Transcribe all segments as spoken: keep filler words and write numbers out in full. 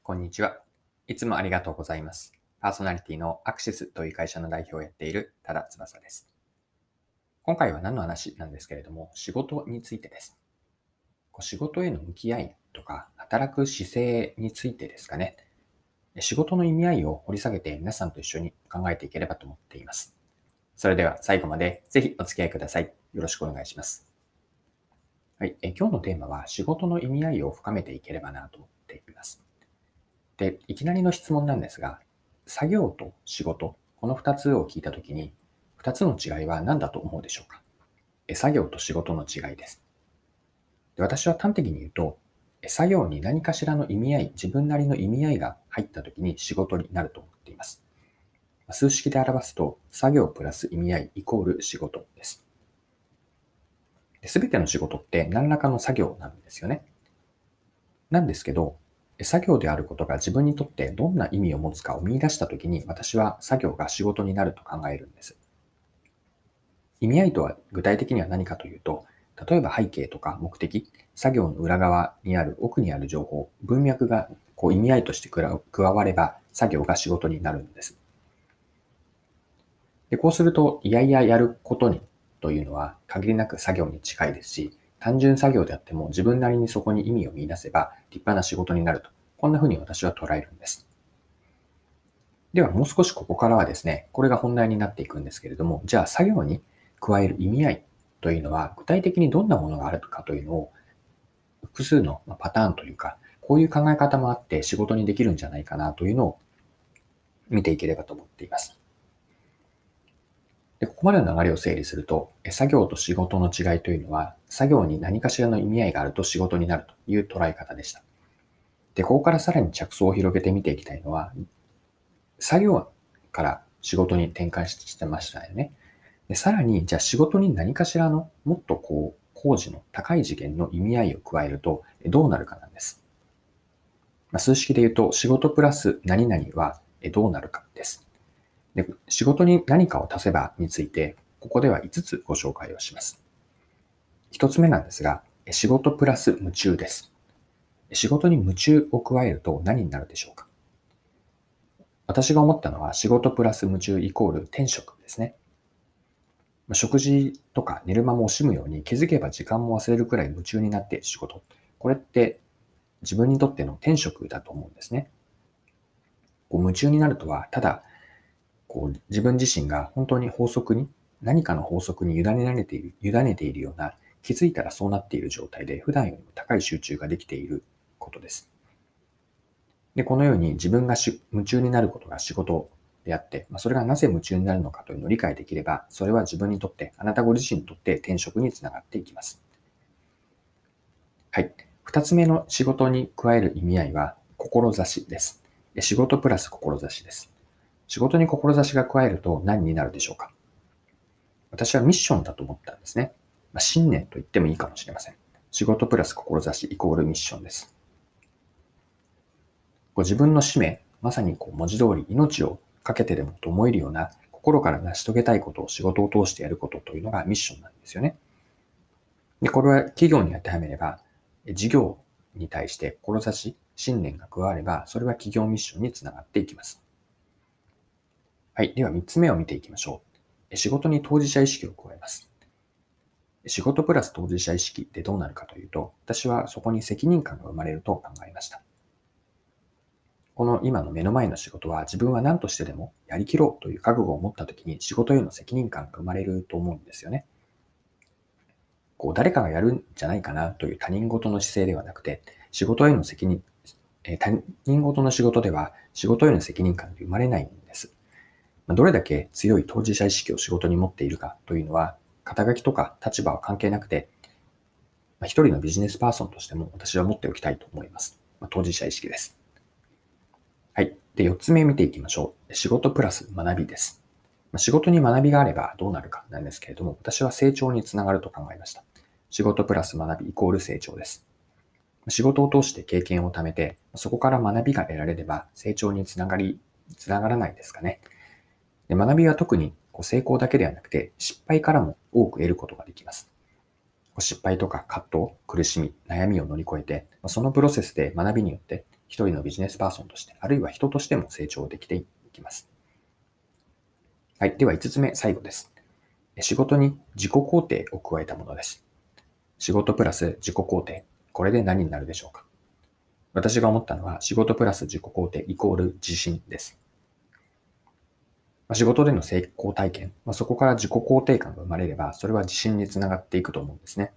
こんにちは。いつもありがとうございます。パーソナリティのアクシスという会社の代表をやっている多田翼です。今回は何の話なんですけれども、仕事についてです。こう仕事への向き合いとか、働く姿勢についてですかね。仕事の意味合いを掘り下げて皆さんと一緒に考えていければと思っています。それでは最後までぜひお付き合いください。よろしくお願いします。はい、え今日のテーマは仕事の意味合いを深めていければなと思っています。で、いきなりの質問なんですが、作業と仕事、この二つを聞いたときに、二つの違いは何だと思うでしょうか？え作業と仕事の違いです。で私は端的に言うと、え作業に何かしらの意味合い、自分なりの意味合いが入ったときに仕事になると思っています。数式で表すと、作業プラス意味合いイコール仕事です。すべての仕事って何らかの作業なんですよね。なんですけど、作業であることが自分にとってどんな意味を持つかを見出したときに、私は作業が仕事になると考えるんです。意味合いとは具体的には何かというと、例えば背景とか目的、作業の裏側にある奥にある情報、文脈がこう意味合いとして加われば作業が仕事になるんです。でこうすると、いやいややることにというのは限りなく作業に近いですし、単純作業であっても自分なりにそこに意味を見出せば立派な仕事になると。こんな風に私は捉えるんです。ではもう少しここからはですね、これが本題になっていくんですけれども、じゃあ作業に加える意味合いというのは具体的にどんなものがあるかというのを複数のパターンというか、こういう考え方もあって仕事にできるんじゃないかなというのを見ていければと思っています。でここまでの流れを整理すると、作業と仕事の違いというのは、作業に何かしらの意味合いがあると仕事になるという捉え方でした。で、ここからさらに着想を広げて見ていきたいのは、作業から仕事に転換してましたよね。でさらに、じゃあ仕事に何かしらのもっとこう、工事の高い次元の意味合いを加えるとどうなるかなんです。まあ、数式で言うと、仕事プラス何々はどうなるかです。で仕事に何かを足せばについて、ここではいつつご紹介をします。ひとつめなんですが、仕事プラス夢中です。仕事に夢中を加えると何になるでしょうか？私が思ったのは仕事プラス夢中イコール転職ですね。食事とか寝る間も惜しむように気づけば時間も忘れるくらい夢中になっている仕事。これって自分にとっての転職だと思うんですね。こう夢中になるとは、ただこう自分自身が本当に法則に、何かの法則に委ねられている、委ねているような、気づいたらそうなっている状態で、普段よりも高い集中ができていることです。で、このように自分がし夢中になることが仕事であって、まあ、それがなぜ夢中になるのかというのを理解できれば、それは自分にとって、あなたご自身にとって転職につながっていきます。はい。二つ目の仕事に加える意味合いは、志です。仕事プラス志です。仕事に志が加えると何になるでしょうか？私はミッションだと思ったんですね。まあ、信念と言ってもいいかもしれません。仕事プラス志イコールミッションです。ご自分の使命、まさにこう文字通り命をかけてでもと思えるような心から成し遂げたいことを仕事を通してやることというのがミッションなんですよね。で、これは企業に当てはめれば、事業に対して志、信念が加われば、それは企業ミッションにつながっていきます。はい。ではみっつめを見ていきましょう。仕事に当事者意識を加えます。仕事プラス当事者意識でどうなるかというと、私はそこに責任感が生まれると考えました。この今の目の前の仕事は自分は何としてでもやりきろうという覚悟を持った時に仕事への責任感が生まれると思うんですよね。こう誰かがやるんじゃないかなという他人事の姿勢ではなくて、仕事への責任、え他人事の仕事では仕事への責任感が生まれないんです。どれだけ強い当事者意識を仕事に持っているかというのは、肩書きとか立場は関係なくて、一人のビジネスパーソンとしても私は持っておきたいと思います。当事者意識です。はい。で、四つ目見ていきましょう。仕事プラス学びです。仕事に学びがあればどうなるかなんですけれども、私は成長につながると考えました。仕事プラス学びイコール成長です。仕事を通して経験を貯めて、そこから学びが得られれば成長につながり、つながらないですかね。で学びは特に成功だけではなくて、失敗からも多く得ることができます。失敗とか葛藤、苦しみ、悩みを乗り越えて、そのプロセスで学びによって一人のビジネスパーソンとして、あるいは人としても成長できていきます。はい。では五つ目、最後です。仕事に自己肯定を加えたものです。仕事プラス自己肯定。これで何になるでしょうか？私が思ったのは、仕事プラス自己肯定イコール自信です。仕事での成功体験、そこから自己肯定感が生まれれば、それは自信につながっていくと思うんですね。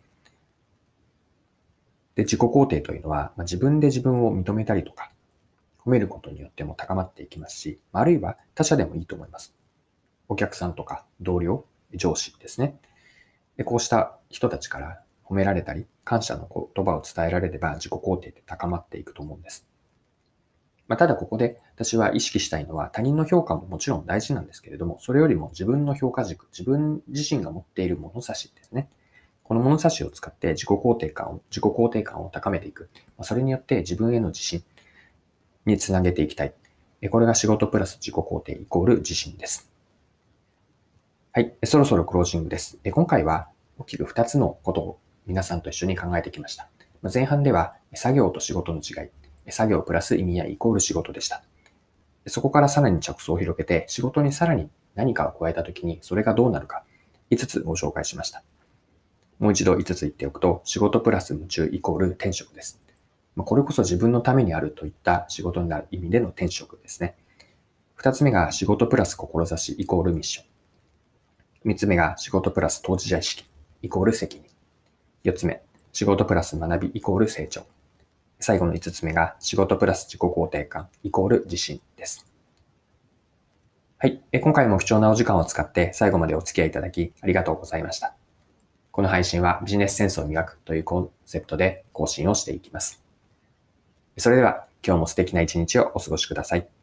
で、自己肯定というのは、自分で自分を認めたりとか、褒めることによっても高まっていきますし、あるいは他者でもいいと思います。お客さんとか同僚、上司ですね。で、こうした人たちから褒められたり、感謝の言葉を伝えられれば自己肯定って高まっていくと思うんです。まあ、ただここで私は意識したいのは他人の評価ももちろん大事なんですけれども、それよりも自分の評価軸、自分自身が持っている物差しですね。この物差しを使って自己肯定感を、自己肯定感を高めていく。それによって自分への自信につなげていきたい。これが仕事プラス自己肯定イコール自信です。はい。そろそろクロージングです。今回は大きくふたつのことを皆さんと一緒に考えてきました。前半では作業と仕事の違い。作業プラス意味合いイコール仕事でした。そこからさらに着想を広げて、仕事にさらに何かを加えたときにそれがどうなるか、いつつご紹介しました。もう一度いつつ言っておくと、仕事プラス夢中イコール転職です。これこそ自分のためにあるといった仕事になる意味での転職ですね。二つ目が仕事プラス志イコールミッション。三つ目が仕事プラス当事者意識イコール責任。四つ目、仕事プラス学びイコール成長。最後の五つ目が仕事プラス自己肯定感イコール自信です。はい。今回も貴重なお時間を使って最後までお付き合いいただきありがとうございました。この配信はビジネスセンスを磨くというコンセプトで更新をしていきます。それでは今日も素敵な一日をお過ごしください。